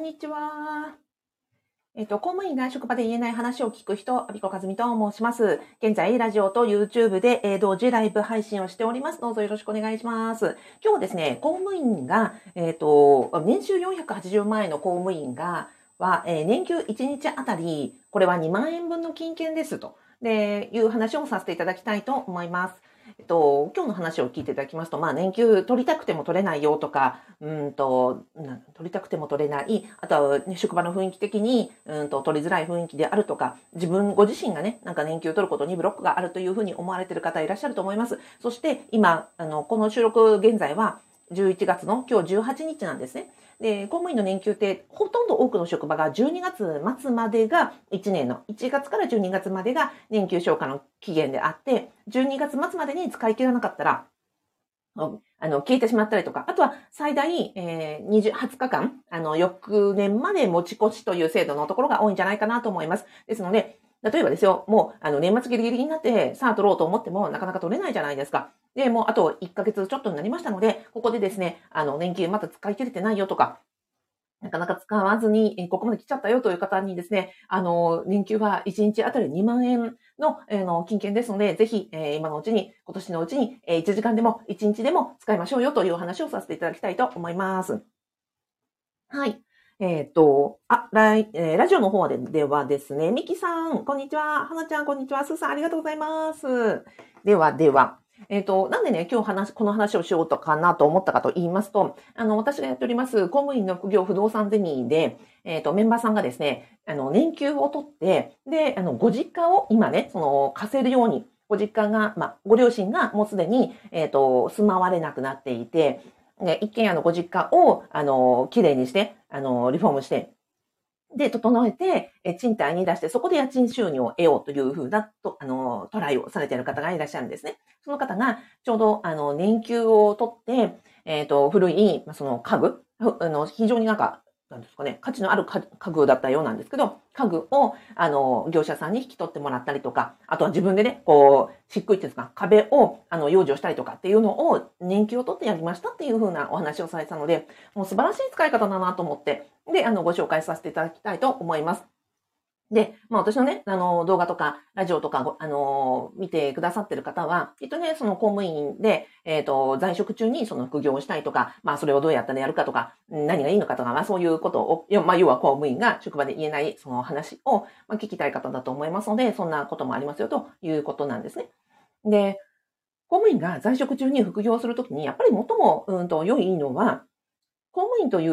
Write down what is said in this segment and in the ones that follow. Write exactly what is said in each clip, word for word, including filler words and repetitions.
んにちは。えっと、公務員が職場で言えない話を聞く人、阿比子和美と申します。現在、ラジオと YouTube で、えー、同時ライブ配信をしております。どうぞよろしくお願いします。今日はですね、公務員が、えっと、年収よんひゃくはちじゅうまん円の公務員が、は、えー、年給いちにちあたり、これはにまんえんぶんの金券ですと、で、いう話をさせていただきたいと思います。えっと、今日の話を聞いていただきますと、まあ、年給取りたくても取れないよとか、うんと、取りたくても取れない、あとは、ね、職場の雰囲気的に、うんと、取りづらい雰囲気であるとか、自分ご自身がね、なんか年給取ることにブロックがあるというふうに思われている方いらっしゃると思います。そして、今、あの、この収録現在は、じゅういちがつの今日じゅうはちにちなんですね。で、公務員の年給ってほとんど多くの職場がじゅうにがつまつまでがいちねんのいちがつからじゅうにがつまでが年給消化の期限であって、じゅうにがつまつまでに使い切らなかったら、あの、消えてしまったりとか、あとは最大、えー、にじゅう、はつかかん、あの、翌年まで持ち越しという制度のところが多いんじゃないかなと思います。ですので、例えばですよ、もう、あの、年末ギリギリになって、さあ取ろうと思っても、なかなか取れないじゃないですか。で、もう、あといっかげつちょっとになりましたので、ここでですね、あの、年金また使い切れてないよとか、なかなか使わずに、ここまで来ちゃったよという方にですね、あの、年給はいちにちあたりにまんえんの、えー、の金券ですので、ぜひ、えー、今のうちに、今年のうちに、えー、いちじかんでもいちにちでも使いましょうよというお話をさせていただきたいと思います。はい。えっ、ー、と、あ、ライ、えー、ラジオの方でではですね、ミキさん、こんにちは。はなちゃん、こんにちは。スーさん、ありがとうございます。では、では。えっ、ー、と、なんでね、今日話、この話をしようとかなと思ったかと言いますと、あの、私がやっております、公務員の副業不動産ゼミで、えっ、ー、と、メンバーさんがですね、あの、年給を取って、で、あの、ご実家を今ね、その、貸せるように、ご実家が、まあ、ご両親がもうすでに、えっ、ー、と、住まわれなくなっていて、一軒家のご実家を、あの、きれいにして、あの、リフォームして、で、整えて、え賃貸に出して、そこで家賃収入を得ようというふうな、と、あの、トライをされている方がいらっしゃるんですね。その方が、ちょうど、あの、年給を取って、えっ、ー、と、古い、その家具、あの、非常になんか、なんですかね、価値のある家具だったようなんですけど、家具を、あの、業者さんに引き取ってもらったりとか、あとは自分でね、こう、漆喰っていうんですか、壁を、あの、養生したりとかっていうのを、年給を取ってやりましたっていう風なお話をされたので、もう素晴らしい使い方だなと思って、で、あの、ご紹介させていただきたいと思います。で、まあ私のね、あの、動画とか、ラジオとか、あの、見てくださってる方は、きっとね、その公務員で、えっと、在職中にその副業をしたいとか、まあそれをどうやったらやるかとか、何がいいのかとか、まあそういうことを、まあ要は公務員が職場で言えないその話を、まあ、聞きたい方だと思いますので、そんなこともありますよということなんですね。で、公務員が在職中に副業をするときに、やっぱり最も、うんと、良いのは、公務員という、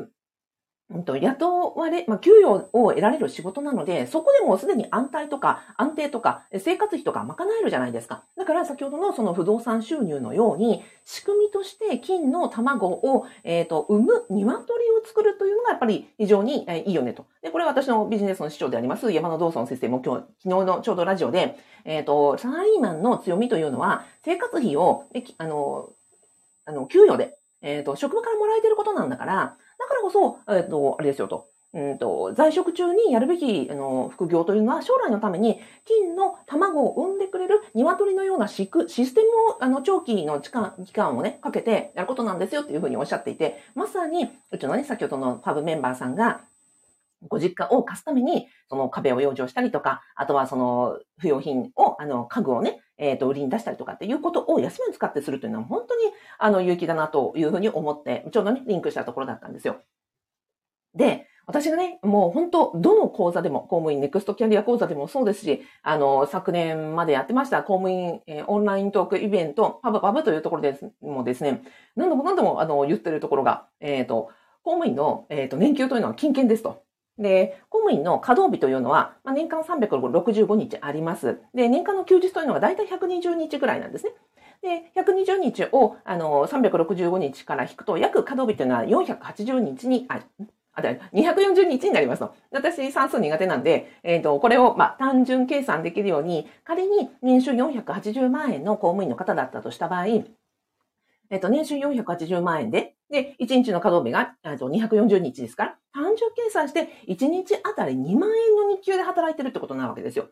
うんと、雇われ、まあ、給与を得られる仕事なので、そこでもすでに安泰とか安定とか生活費とか賄えるじゃないですか。だから先ほどのその不動産収入のように、仕組みとして金の卵を、えっと、産む鶏を作るというのがやっぱり非常にいいよねと。で、これは私のビジネスの師匠であります山野道尊先生も今日、昨日のちょうどラジオで、えっと、サラリーマンの強みというのは、生活費を、あの、あの、給与で、えっと、職場からもらえていることなんだから、だからこそ、えっと、あれですよと。うんと、在職中にやるべき、あの、副業というのは、将来のために、金の卵を産んでくれる鶏のようなシシステムを、あの、長期の期間、期間をね、かけてやることなんですよっていうふうにおっしゃっていて、まさに、うちのね、先ほどのパブメンバーさんが、ご実家を貸すために、その壁を養生したりとか、あとはその不用品を、あの、家具をね、えっと、売りに出したりとかっていうことを休みを使ってするというのは本当に、あの、有機だなというふうに思って、ちょうどね、リンクしたところだったんですよ。で、私がね、もう本当、どの講座でも、公務員ネクストキャリア講座でもそうですし、あの、昨年までやってました公務員、えー、オンライントークイベント、パブパブというところでもですね、何度も何度もあの言ってるところが、えっと、公務員の、えーと、年給というのは金券ですと。で、公務員の稼働日というのは、まあ、年間さんびゃくろくじゅうごにちあります。で、年間の休日というのがだいたいひゃくにじゅうにちぐらいなんですね。で、ひゃくにじゅうにちを、あの、さんびゃくろくじゅうごにちから引くと、約稼働日というのはよんひゃくはちじゅうにちにある。あ、にひゃくよんじゅうにちになりますと。私、算数苦手なんで、えっと、これを、まあ、単純計算できるように、仮に年収よんひゃくはちじゅうまんえんの公務員の方だったとした場合、えっと、年収よんひゃくはちじゅうまんえんで、で、いちにちの稼働日が、えっと、にひゃくよんじゅうにちですから、単純計算していちにちあたりにまんえんの日給で働いてるってことなわけですよ。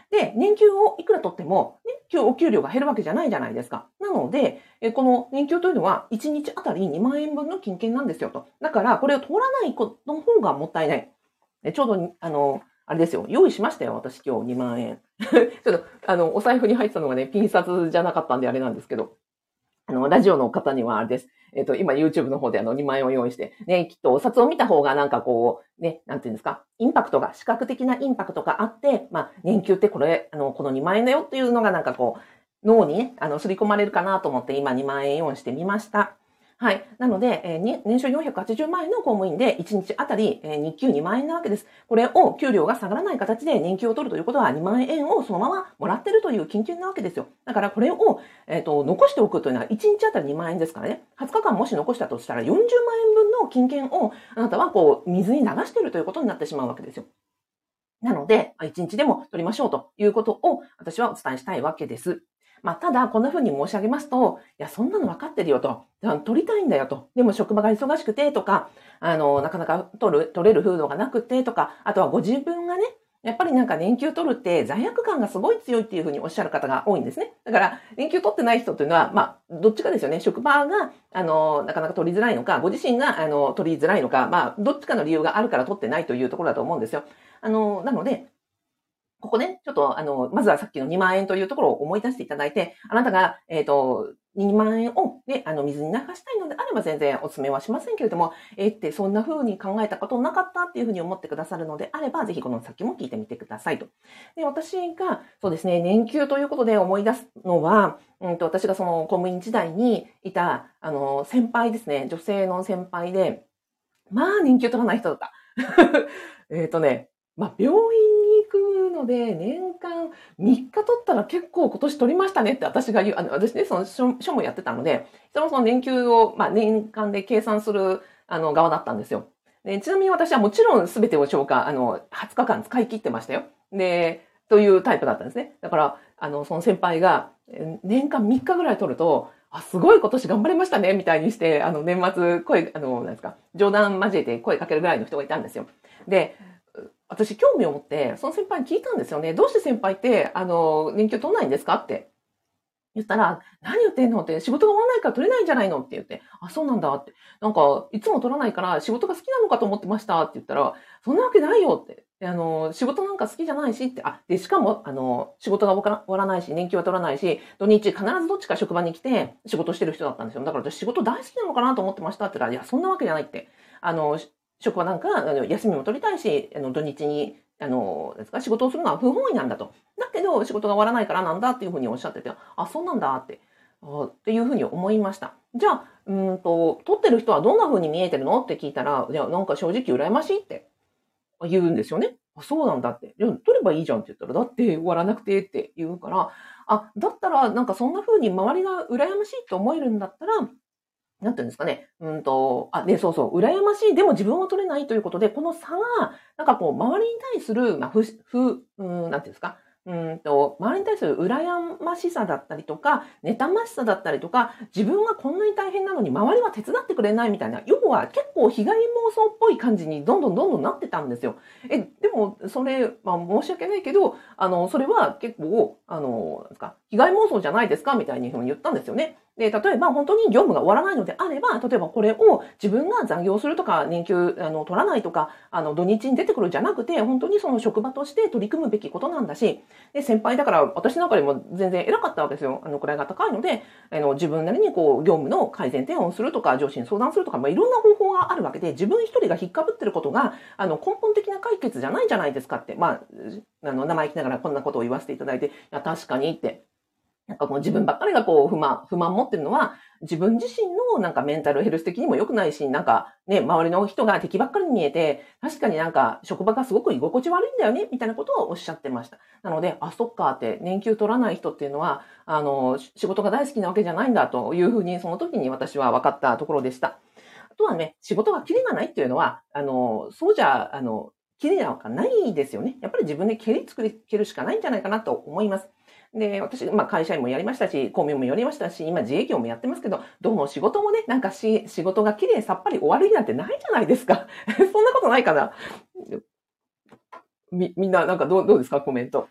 で、年給をいくら取っても、ね、今日お給料が減るわけじゃないじゃないですか。なので、えこの年給というのは、いちにちあたりにまんえんぶんの金券なんですよと。だから、これを取らないことの方がもったいない。でちょうど、あの、あれですよ。用意しましたよ。私今日にまんえん。ちょっと、あの、お財布に入ってたのがね、ピン札じゃなかったんであれなんですけど。あの、ラジオの方にはあれです。えっ、と、今 YouTube の方であのにまんえんを用意して、ね、きっとお札を見た方がなんかこう、ね、なんていうんですか、インパクトが、視覚的なインパクトがあって、まあ、年給ってこれ、あの、このにまんえんだよっていうのがなんかこう、脳にね、あの、刷り込まれるかなと思って今にまんえん用意してみました。はい。なので、えー、年収よんひゃくはちじゅうまんえんの公務員でいちにちあたり、えー、日給にまんえんなわけです。これを給料が下がらない形で年給を取るということはにまんえんをそのままもらってるという金券なわけですよ。だからこれを、えーと、残しておくというのはいちにちあたりにまんえんですからね。はつかかんもし残したとしたらよんじゅうまんえんぶんの金券をあなたはこう水に流しているということになってしまうわけですよ。なので、いちにちでも取りましょうということを私はお伝えしたいわけです。まあ、ただ、こんな風に申し上げますと、いや、そんなの分かってるよと。取りたいんだよと。でも職場が忙しくてとか、あの、なかなか取る、取れる風土がなくてとか、あとはご自分がね、やっぱりなんか年給取るって罪悪感がすごい強いっていう風におっしゃる方が多いんですね。だから、年給取ってない人というのは、まあ、どっちかですよね。職場が、あの、なかなか取りづらいのか、ご自身が、あの、取りづらいのか、まあ、どっちかの理由があるから取ってないというところだと思うんですよ。あの、なので、ここね、ちょっと、あの、まずはさっきのにまんえんというところを思い出していただいて、あなたが、えっと、にまんえんをね、あの、水に流したいのであれば全然お勧めはしませんけれども、えー、ってそんな風に考えたことなかったっていう風に思ってくださるのであれば、ぜひこの先も聞いてみてくださいと。で、私が、そうですね、年給ということで思い出すのは、うんと、私がその公務員時代にいた、あの、先輩ですね、女性の先輩で、まあ、年給取らない人だった。えっとね、まあ、病院に行くので、年間みっか取ったら結構今年取りましたねって私が言う、あの、私ね、その書書もやってたので、そのその年給を、まあ、年間で計算する、あの、側だったんですよ。で、ちなみに私はもちろん全てを消化、あの、はつかかん使い切ってましたよ。で、というタイプだったんですね。だから、あの、その先輩が、年間みっかぐらい取ると、あ、すごい今年頑張りましたね、みたいにして、あの、年末、声、あの、なんですか、冗談交えて声かけるぐらいの人がいたんですよ。で、私興味を持って、その先輩に聞いたんですよね。どうして先輩って、あの、年給取らないんですかって言ったら、何言ってんのって、仕事が終わらないから取れないんじゃないのって言って、あ、そうなんだって。なんか、いつも取らないから仕事が好きなのかと思ってましたって言ったら、そんなわけないよって。あの、仕事なんか好きじゃないしって、あ、で、しかも、あの、仕事が終わらないし、年給は取らないし、土日必ずどっちか職場に来て仕事してる人だったんですよ。だから私仕事大好きなのかなと思ってましたって言ったら、いや、そんなわけじゃないって。あの、職場なんか、あの休みも取りたいし、あの、土日に、あの、ですか、仕事をするのは不本意なんだと。だけど、仕事が終わらないからなんだっていうふうにおっしゃってて、あ、そうなんだって、あっていうふうに思いました。じゃあ、うんと、取ってる人はどんなふうに見えてるのって聞いたら、いや、なんか正直羨ましいって言うんですよね。あ、そうなんだって。いや、取ればいいじゃんって言ったら、だって終わらなくてって言うから、あ、だったら、なんかそんな風に周りが羨ましいと思えるんだったら、なんていうんですかね。うんと、あ、ね、そうそう、羨ましい、でも自分は取れないということで、この差が、なんかこう、周りに対する、まあ、ふ、ふ、うん、なんていうんですか。うんと、周りに対する羨ましさだったりとか、妬ましさだったりとか、自分がこんなに大変なのに周りは手伝ってくれないみたいな、要は結構被害妄想っぽい感じにどんどんどんどんなってたんですよ。え、でも、それ、まあ申し訳ないけど、あの、それは結構、あの、なんですか、被害妄想じゃないですかみたいに言ったんですよね。で、例えば本当に業務が終わらないのであれば、例えばこれを自分が残業するとか、年給あの取らないとか、あの土日に出てくるじゃなくて、本当にその職場として取り組むべきことなんだし、で、先輩だから私なんかでも全然偉かったわけですよ。あの、位が高いので、あの、自分なりにこう、業務の改善点をするとか、上司に相談するとか、まあ、いろんな方法があるわけで、自分一人が引っかぶってることが、あの、根本的な解決じゃないじゃないですかって、まあ、あの、生意気ながらこんなことを言わせていただいて、いや、確かにって、なんかもう自分ばっかりがこう不満、不満持ってるのは、自分自身のなんかメンタルヘルス的にも良くないし、なんかね、周りの人が敵ばっかりに見えて、確かになんか職場がすごく居心地悪いんだよね、みたいなことをおっしゃってました。なので、あ、そっかって年給取らない人っていうのは、あの、仕事が大好きなわけじゃないんだというふうに、その時に私は分かったところでした。あとはね、仕事がキリがないっていうのは、あの、そうじゃ、あの、キリなんかないですよね。やっぱり自分でキリ作るしかないんじゃないかなと思います。で、私、まあ、会社員もやりましたし、公務員もやりましたし、今自営業もやってますけど、どの仕事もね、なんかし、仕事が綺麗さっぱり終わる日なんてないじゃないですか。そんなことないかな。み、みんな、なんかどう、どうですか、コメント。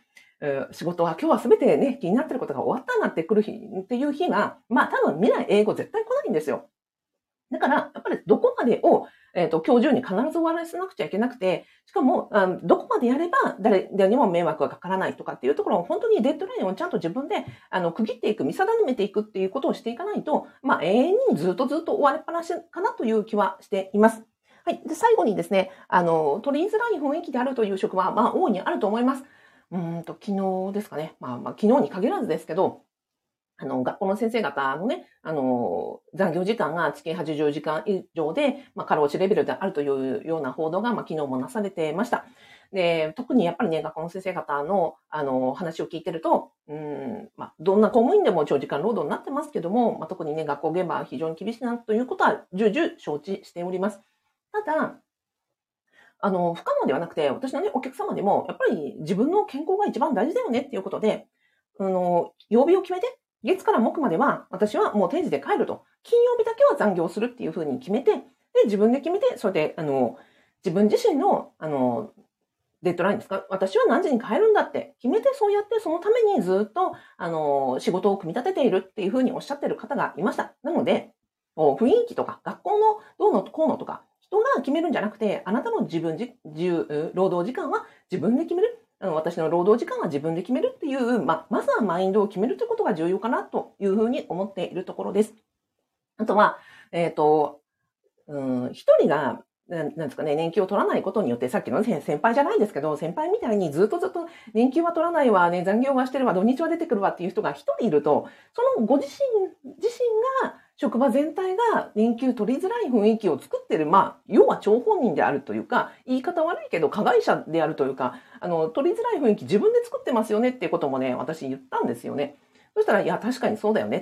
えー仕事は今日は全てね、気になってることが終わったなってくる日っていう日が、まあ多分未来英語絶対来ないんですよ。だから、やっぱりどこまでを、えっ、と、今日中に必ず終わらせなくちゃいけなくて、しかも、あのどこまでやれば誰誰にも迷惑がかからないとかっていうところを本当にデッドラインをちゃんと自分であの区切っていく、見定めていくっていうことをしていかないと、まあ永遠にずっとずっと終わりっぱなしかなという気はしています。はい。で、最後にですね、あの、取りづらい雰囲気であるという職は、まあ大いにあると思います。うーんと、昨日ですかね。まあまあ昨日に限らずですけど、あの、学校の先生方のね、あの、残業時間が月はちじゅうじかん以上で、まあ、過労死レベルであるというような報道が、まあ、昨日もなされてました。で、特にやっぱりね、学校の先生方の、あの、話を聞いてると、うん、まあ、どんな公務員でも長時間労働になってますけども、まあ、特にね、学校現場は非常に厳しいなということは重々承知しております。ただ、あの、不可能ではなくて、私のね、お客様でも、やっぱり自分の健康が一番大事だよねっていうことで、あの、曜日を決めて、月から木までは、私はもう定時で帰ると。金曜日だけは残業するっていうふうに決めて、で、自分で決めて、それで、あの、自分自身の、あの、デッドラインですか、私は何時に帰るんだって決めて、そうやってそのためにずっと、あの、仕事を組み立てているっていうふうにおっしゃってる方がいました。なので、雰囲気とか、学校のどうのこうのとか、人が決めるんじゃなくて、あなたの自分自、自労働時間は自分で決める。私の労働時間は自分で決めるっていう、まあ、まずはマインドを決めるということが重要かなというふうに思っているところです。あとは、えっ、ー、と、うん、一人が、なんですかね、年休を取らないことによって、さっきの先輩じゃないですけど、先輩みたいにずっとずっと年休は取らないわ、ね、残業はしてるわ、土日は出てくるわっていう人が一人いると、そのご自身、自身が、職場全体が年休取りづらい雰囲気を作ってる、まあ、要は張本人であるというか、言い方悪いけど、加害者であるというか、あの、取りづらい雰囲気自分で作ってますよねっていうこともね、私言ったんですよね。そしたら、いや、確かにそうだよねって。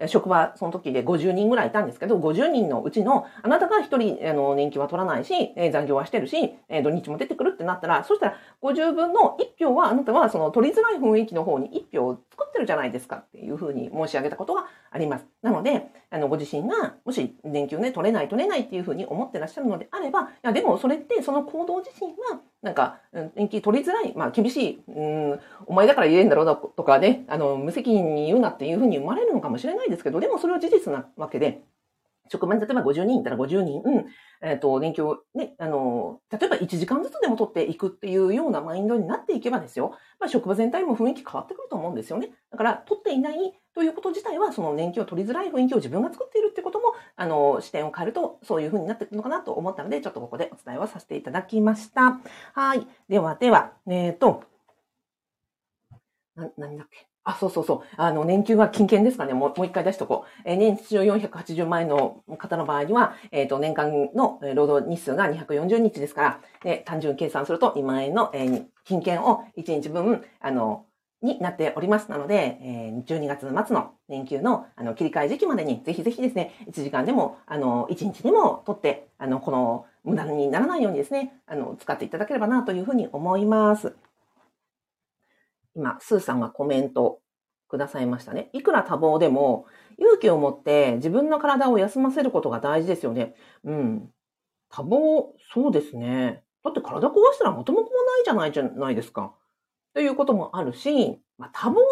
職場、その時でごじゅうにんぐらいいたんですけど、ごじゅうにんのうちの、あなたが一人、あの、年金は取らないし、えー、残業はしてるし、えー、土日も出てくるってなったら、そしたら、ごじゅうぶんのいち票は、あなたはその取りづらい雰囲気の方にいち票を作ってるじゃないですかっていうふうに申し上げたことがあります。なので、あの、ご自身が、もし年金をね、取れない、取れないっていうふうに思ってらっしゃるのであれば、いや、でもそれって、その行動自身は、なんか、年金取りづらい、まあ、厳しい、うん、お前だから言えんだろうとかね、あの、無責任に言うなっていうふうに生まれるのかもしれないですけど、でもそれは事実なわけで、職場に例えばごじゅうにんいたらごじゅうにん、うん、えっ、ー、と、年金をね、あの、例えばいちじかんずつでも取っていくっていうようなマインドになっていけばですよ、まあ、職場全体も雰囲気変わってくると思うんですよね。だから、取っていないということ自体は、その年金を取りづらい雰囲気を自分が作っているってことも、あの、視点を変えると、そういう風になっていくのかなと思ったので、ちょっとここでお伝えをさせていただきました。はい。ではでは、えっ、ー、と、な、何だっけ。あ、そうそうそう。あの、年給は金券ですかね。もう、もう一回出しとこう。えー、年収よんひゃくはちじゅうまん円の方の場合には、えっ、ー、と、年間の労働日数がにひゃくよんじゅうにちですから、で、単純計算するとにまん円の、えー、金券をいちにちぶん、あの、になっております。なので、えー、じゅうにがつの末の年給の、あの、切り替え時期までに、ぜひぜひですね、いちじかんでも、あの、いちにちでも取って、あの、この、無駄にならないようにですね、あの、使っていただければな、というふうに思います。今、スーさんがコメントくださいましたね。いくら多忙でも、勇気を持って自分の体を休ませることが大事ですよね。うん。多忙、そうですね。だって体壊したら元も子もないじゃないじゃないですか。ということもあるし、まあ、多忙って、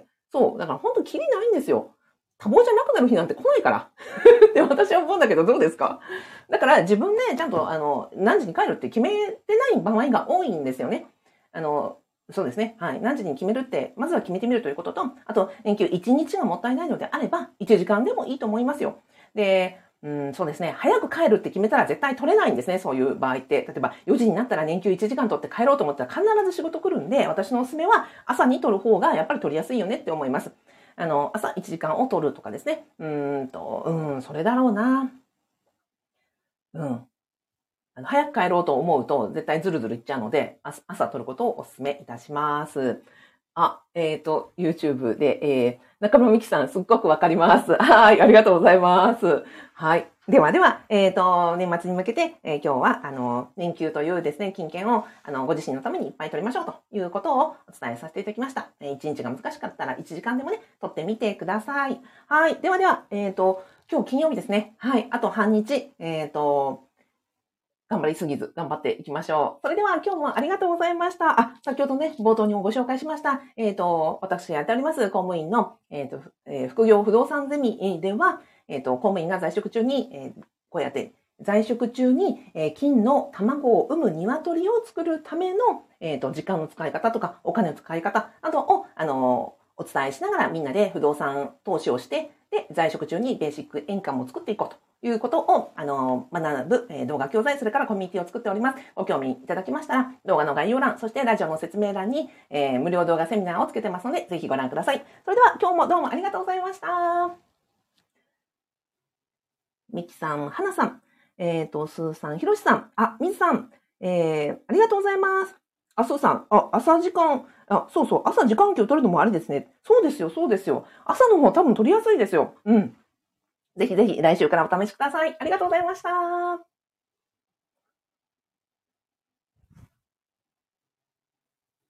そう、だから本当キリないんですよ。多忙じゃなくなる日なんて来ないから。って私は思うんだけど、どうですか？だから自分でちゃんと、あの、何時に帰るって決めてない場合が多いんですよね。あの、そうですね。はい。何時に決めるって、まずは決めてみるということと、あと、連休いちにちがもったいないのであれば、いちじかんでもいいと思いますよ。で、うん、そうですね。早く帰るって決めたら絶対取れないんですね。そういう場合って。例えば、よじになったら年休いちじかん取って帰ろうと思ったら必ず仕事来るんで、私のおすすめは朝に取る方がやっぱり取りやすいよねって思います。あの、朝いちじかんを取るとかですね。うーんと、うん、それだろうな。うん。早く帰ろうと思うと絶対ズルズルいっちゃうので、朝撮ることをお勧めいたします。あ、えっ、ー、と、YouTube で、えー、中村美希さん、すっごくわかります。はい、ありがとうございます。はい。ではでは、えっ、ー、と、年末に向けて、えー、今日は、あの、年休というですね、金券を、あの、ご自身のためにいっぱい取りましょうということをお伝えさせていただきました。えー、いちにちが難しかったらいちじかんでもね、取ってみてください。はい。ではでは、えっ、ー、と、今日金曜日ですね。はい。あと半日、えっ、と、 頑張りすぎず、頑張っていきましょう。それでは今日もありがとうございました。あ、先ほどね、冒頭にもご紹介しました。えっと、私がやっております公務員の、えっと、えー、副業不動産ゼミでは、えっと、公務員が在職中に、えー、こうやって在職中に、えー、金の卵を産む鶏を作るための、えっと、時間の使い方とか、お金の使い方などを、あのー、お伝えしながらみんなで不動産投資をして、で、在職中にベーシックインカムを作っていこうということを、あの、学ぶ、えー、動画教材、それからコミュニティを作っております。ご興味いただきましたら、動画の概要欄、そしてラジオの説明欄に、えー、無料動画セミナーをつけてますので、ぜひご覧ください。それでは今日もどうもありがとうございました。みきさん、はなさん、えっと、すーさん、ひろしさん、あ、みずさん、えー、ありがとうございます。あ、そうさん、あ、朝時間、あ、そうそう、朝時間給取るのもあれですね。そうですよ、そうですよ。朝の方多分取りやすいですよ。うん。ぜひぜひ来週からお試しください。ありがとうございました。